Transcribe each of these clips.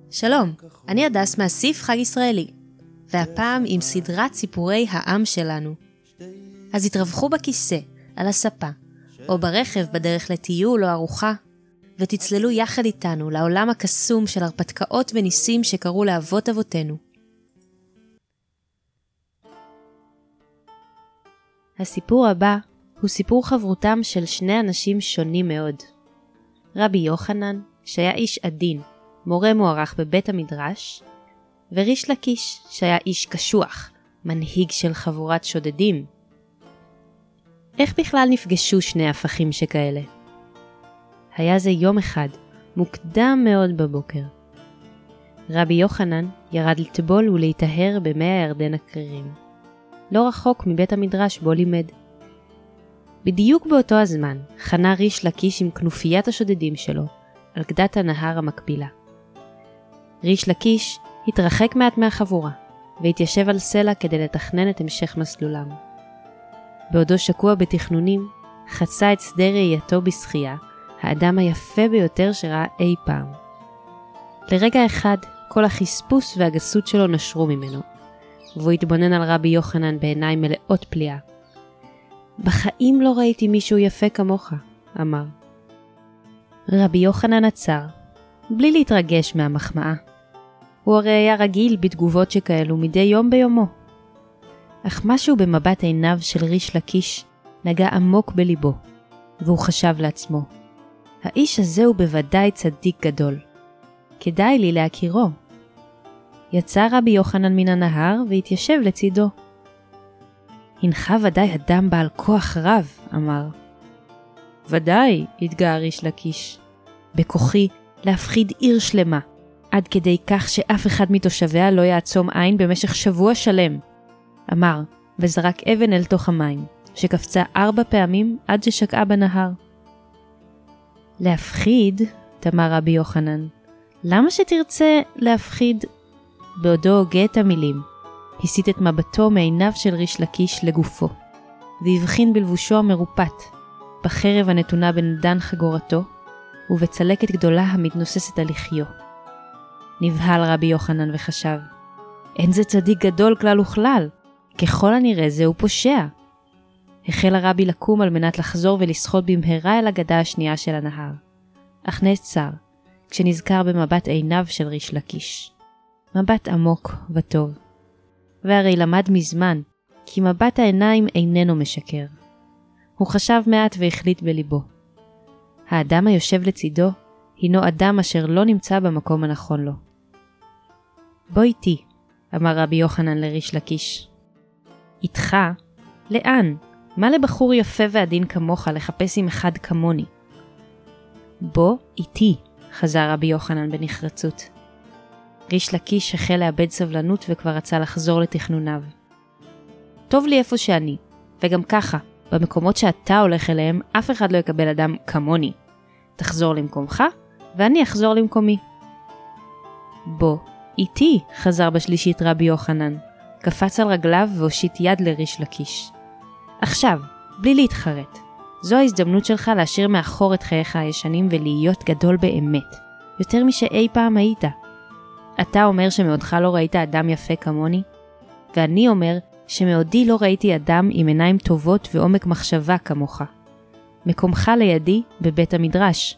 שלום, אני הדס מהסif חג ישראלי, והפעם עם סדרת סיפורי העם שלנו. אז התרווחו בכיסא, על הספה, או ברכב בדרך לטיול או ארוחה, ותצללו יחד איתנו לעולם הקסום של הרפתקאות וניסים שקרו לאבות אבותינו. הסיפור הבא הוא סיפור חברותם של שני אנשים שונים מאוד. רבי יוחנן, שהיה איש עדין, מורה מוערך בבית המדרש, וריש לקיש, שהיה איש קשוח, מנהיג של חבורת שודדים. איך בכלל נפגשו שני הפכים שכאלה? היה זה יום אחד, מוקדם מאוד בבוקר. רבי יוחנן ירד לטבול ולהיטהר במי הירדן הקרירים, לא רחוק מבית המדרש בו לימד. בדיוק באותו הזמן חנה ריש לקיש עם כנופיית השודדים שלו על גדת הנהר המקבילה. ריש לקיש התרחק מעט מהחבורה והתיישב על סלע כדי לתכנן את המשך מסלולם. בעודו שקוע בתכנונים, חצה את שדה ראייתו בשחייה, האדם היפה ביותר שראה אי פעם. לרגע אחד כל החספוס והגסות שלו נשרו ממנו, והוא התבונן על רבי יוחנן בעיניים מלאות פליאה. בחיים לא ראיתי מישהו יפה כמוך, אמר. רבי יוחנן עצר, בלי להתרגש מהמחמאה. הוא הרי היה רגיל בתגובות שכאלו מדי יום ביומו. אך משהו במבט עיניו של ריש לקיש נגע עמוק בליבו, והוא חשב לעצמו, האיש הזה הוא בוודאי צדיק גדול. כדאי לי להכירו. יצא רבי יוחנן מן הנהר והתיישב לצידו. הנך ודאי אדם בעל כוח רב, אמר. ודאי, התגאה ריש לקיש. בכוחי להפחיד עיר שלמה, עד כדי כך שאף אחד מתושביה לא יעצום עין במשך שבוע שלם. אמר, וזרק אבן אל תוך המים, שקפצה 4 פעמים עד ששקעה בנהר. להפחיד, תמר רבי יוחנן, למה שתרצה להפחיד? בעודו הוגה את המילים, הסיט את מבטו מעיניו של ריש לקיש לגופו, והבחין בלבושו המרופט, בחרב הנתונה בנדן חגורתו, ובצלקת גדולה המתנוססת על לחיו. נבהל רבי יוחנן וחשב, אין זה צדיק גדול כלל וכלל, ככל הנראה זהו פושע. החל הרבי לקום על מנת לחזור ולשחות במהרה אל הגדה השנייה של הנהר, אך נעצר, כשנזכר במבט עיניו של ריש לקיש. מבט עמוק וטוב. והרי למד מזמן, כי מבט העיניים איננו משקר. הוא חשב מעט והחליט בליבו. האדם היושב לצידו, הינו אדם אשר לא נמצא במקום הנכון לו. בוא איתי, אמר רבי יוחנן לריש לקיש. איתך? לאן? מה לבחור יפה ועדין כמוך לחפש עם אחד כמוני? בוא איתי, חזר רבי יוחנן בנחרצות. ריש לקיש החל לאבד סבלנות וכבר רצה לחזור לתכנוניו. טוב לי איפה שאני, וגם ככה, במקומות שאתה הולך אליהם, אף אחד לא יקבל אדם כמוני. תחזור למקומך, ואני אחזור למקומי. בוא, איתי, חזר בשלישית רבי יוחנן, קפץ על רגליו והושיט יד לריש לקיש. עכשיו, בלי להתחרט, זו ההזדמנות שלך להשאיר מאחור את חייך הישנים ולהיות גדול באמת, יותר משאי פעם היית. אתה אומר שמעודך לא ראית אדם יפה כמוני, ואני אומר שמעודי לא ראיתי אדם עם עיניים טובות ועומק מחשבה כמוך. מקומך לידי בבית המדרש.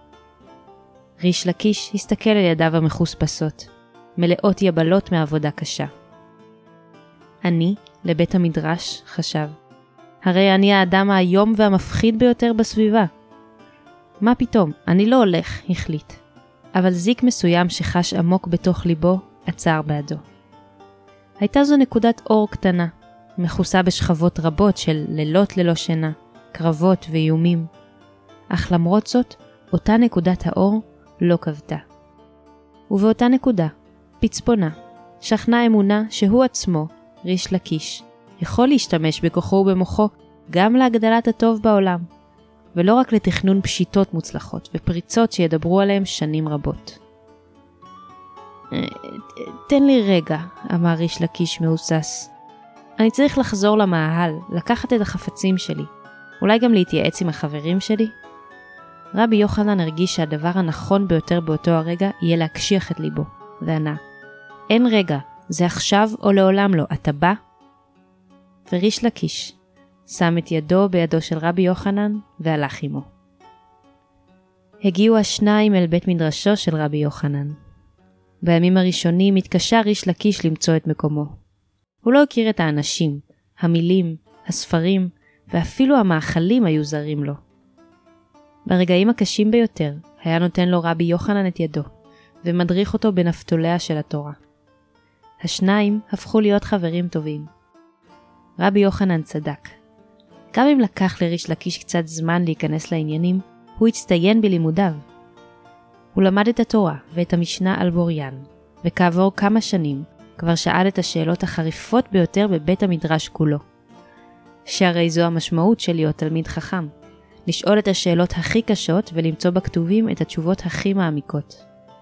ריש לקיש הסתכל על ידיו המחוספסות, מלאות יבלות מעבודה קשה. אני לבית המדרש, חשב. הרי אני האדם האיום והמפחיד ביותר בסביבה. מה פתאום, אני לא הולך, החליט. אבל זיק מסוים שחש עמוק בתוך ליבו, עצר בעדו. הייתה זו נקודת אור קטנה, מכוסה בשכבות רבות של לילות ללא שינה, קרבות ואיומים. אך למרות זאת, אותה נקודת האור לא כבתה. ובאותה נקודה, פצפונה, שכנה אמונה שהוא עצמו, ריש לקיש, יכול להשתמש בכוחו ובמוחו גם להגדלת הטוב בעולם, ולא רק לתכנון פשיטות מוצלחות ופריצות שידברו עליהם שנים רבות. תן לי רגע, אמר ריש לקיש מאוסס. אני צריך לחזור למאהל, לקחת את החפצים שלי, אולי גם להתייעץ עם החברים שלי? רבי יוחנן הרגיש שהדבר הנכון ביותר באותו הרגע יהיה להקשיח את ליבו. וענה, אין רגע, זה עכשיו או לעולם לא, אתה בא? וריש לקיש שם את ידו בידו של רבי יוחנן והלך עמו. הגיעו השניים אל בית מדרשו של רבי יוחנן. בימים הראשונים התקשה ריש לקיש למצוא את מקומו. הוא לא הכיר את האנשים, המילים, הספרים, ואפילו המאכלים היו זרים לו. ברגעים הקשים ביותר היה נותן לו רבי יוחנן את ידו, ומדריך אותו בנפתוליה של התורה. השניים הפכו להיות חברים טובים. רבי יוחנן צדק. גם אם לקח לריש לקיש קצת זמן להיכנס לעניינים, הוא הצטיין בלימודיו. הוא למד את התורה ואת המשנה על בוריין, וכעבור כמה שנים כבר שאל את השאלות החריפות ביותר בבית המדרש כולו. שהרי זו המשמעות של להיות תלמיד חכם, לשאול את השאלות הכי קשות ולמצוא בכתובים את התשובות הכי מעמיקות.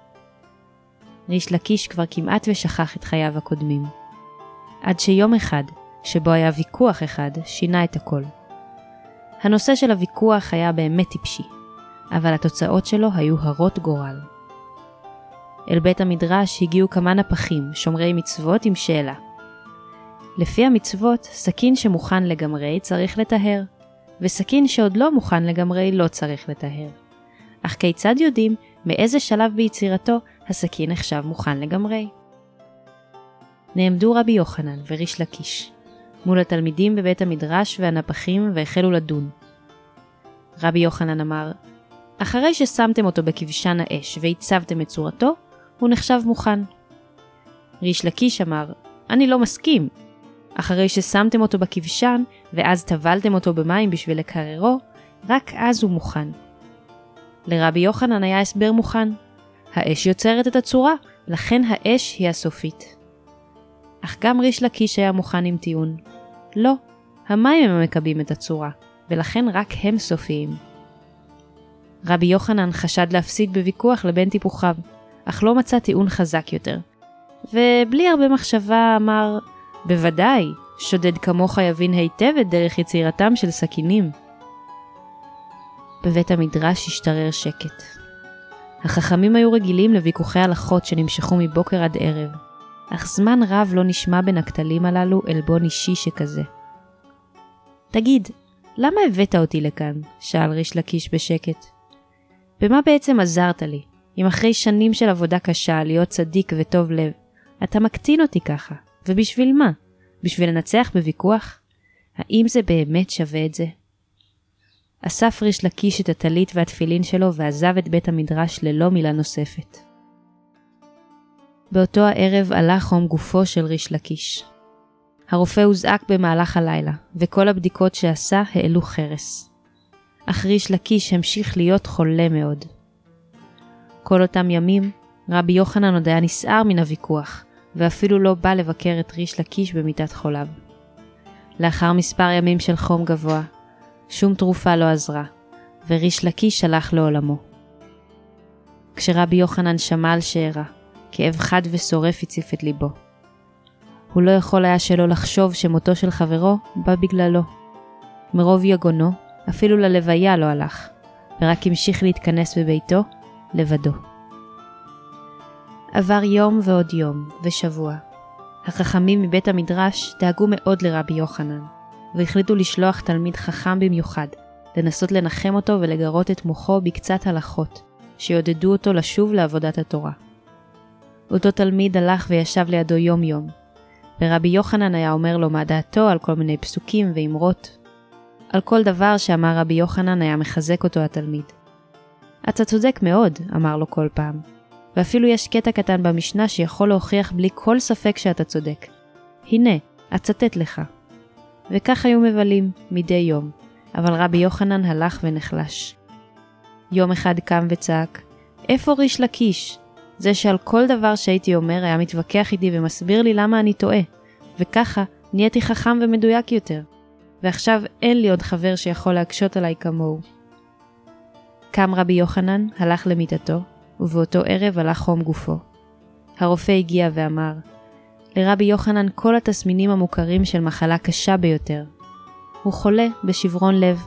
ריש לקיש כבר כמעט ושכח את חייו הקודמים. עד שיום אחד, שבו היה ויכוח אחד, שינה את הכל. הנושא של הוויכוח היה באמת טיפשי, אבל התוצאות שלו היו הרות גורל. אל בית המדרש הגיעו כמה נפחים, שומרי מצוות עם שאלה. לפי המצוות, סכין שמוכן לגמרי צריך לטהר, וסכין שעוד לא מוכן לגמרי לא צריך לטהר. אך כיצד יודעים מאיזה שלב ביצירתו הסכין נחשב מוכן לגמרי? נעמדו רבי יוחנן וריש לקיש מול התלמידים בבית המדרש והנפחים והחלו לדון. רבי יוחנן אמר, אחרי ששמתם אותו בכבשן האש והצבתם את צורתו, הוא נחשב מוכן. ריש לקיש אמר, אני לא מסכים. אחרי ששמתם אותו בכבשן ואז טבלתם אותו במים בשביל לקררו, רק אז הוא מוכן. לרבי יוחנן היה הסבר מוכן. האש יוצרת את הצורה, לכן האש היא הסופית. אך גם ריש לקיש היה מוכן עם טיעון. לא, המים הם המקבים את הצורה, ולכן רק הם סופיים. רבי יוחנן חשד להפסיד בוויכוח לבין טיפוחיו, אך לא מצא טיעון חזק יותר. ובלי הרבה מחשבה אמר, בוודאי, שודד כמוך יבין היטב את דרך יצירתם של סכינים. בבית המדרש השתרר שקט. החכמים היו רגילים לוויכוחי הלכות שנמשכו מבוקר עד ערב, אך זמן רב לא נשמע בין הכתלים הללו עלבון אישי שכזה. תגיד, למה הבאת אותי לכאן? שאל ריש לקיש בשקט. במה בעצם עזרת לי? אם אחרי שנים של עבודה קשה להיות צדיק וטוב לב, אתה מקטין אותי ככה, ובשביל מה? בשביל לנצח בוויכוח? האם זה באמת שווה את זה? אסף ריש לקיש את הטלית והתפילין שלו ועזב את בית המדרש ללא מילה נוספת. באותו הערב עלה חום גופו של ריש לקיש. הרופא הוזעק במהלך הלילה, וכל הבדיקות שעשה העלו חרס. אך ריש לקיש המשיך להיות חולה מאוד. כל אותם ימים, רבי יוחנן עוד היה נסער מן הוויכוח, ואפילו לא בא לבקר את ריש לקיש במיטת חוליו. לאחר מספר ימים של חום גבוה, שום תרופה לא עזרה, וריש לקיש הלך לעולמו. כשרבי יוחנן שמע על שאירה, כאב חד ושורף הציף את ליבו. הוא לא יכול היה שלא לחשוב שמותו של חברו בא בגללו. מרוב יגונו, אפילו ללוויה לא הלך, ורק המשיך להתכנס בביתו, לבדו. עבר יום ועוד יום ושבוע. החכמים מבית המדרש דאגו מאוד לרבי יוחנן, והחליטו לשלוח תלמיד חכם במיוחד, לנסות לנחם אותו ולגרות את מוחו בקצת הלכות, שיודדו אותו לשוב לעבודת התורה. אותו תלמיד הלך וישב לידו יום יום, ורבי יוחנן היה אומר לו מה דעתו על כל מיני פסוקים ואמרות. על כל דבר שאמר רבי יוחנן היה מחזק אותו התלמיד. אתה צודק מאוד, אמר לו כל פעם, ואפילו יש קטע קטן במשנה שיכול להוכיח בלי כל ספק שאתה צודק. הנה, אצטט לך. וכך היו מבלים מדי יום, אבל רבי יוחנן הלך ונחלש. יום אחד קם וצעק, איפה ריש לקיש? זה שעל כל דבר שהייתי אומר היה מתווכח איתי ומסביר לי למה אני טועה, וככה נהייתי חכם ומדויק יותר, ועכשיו אין לי עוד חבר שיכול להקשות עליי כמוהו. קם רבי יוחנן, הלך למיטתו, ובאותו ערב הלך חום גופו. הרופא הגיע ואמר, לרבי יוחנן כל התסמינים המוכרים של מחלה קשה ביותר. הוא חולה בשברון לב.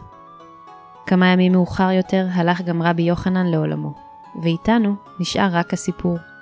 כמה ימים מאוחר יותר הלך גם רבי יוחנן לעולמו, ואיתנו נשאר רק הסיפור.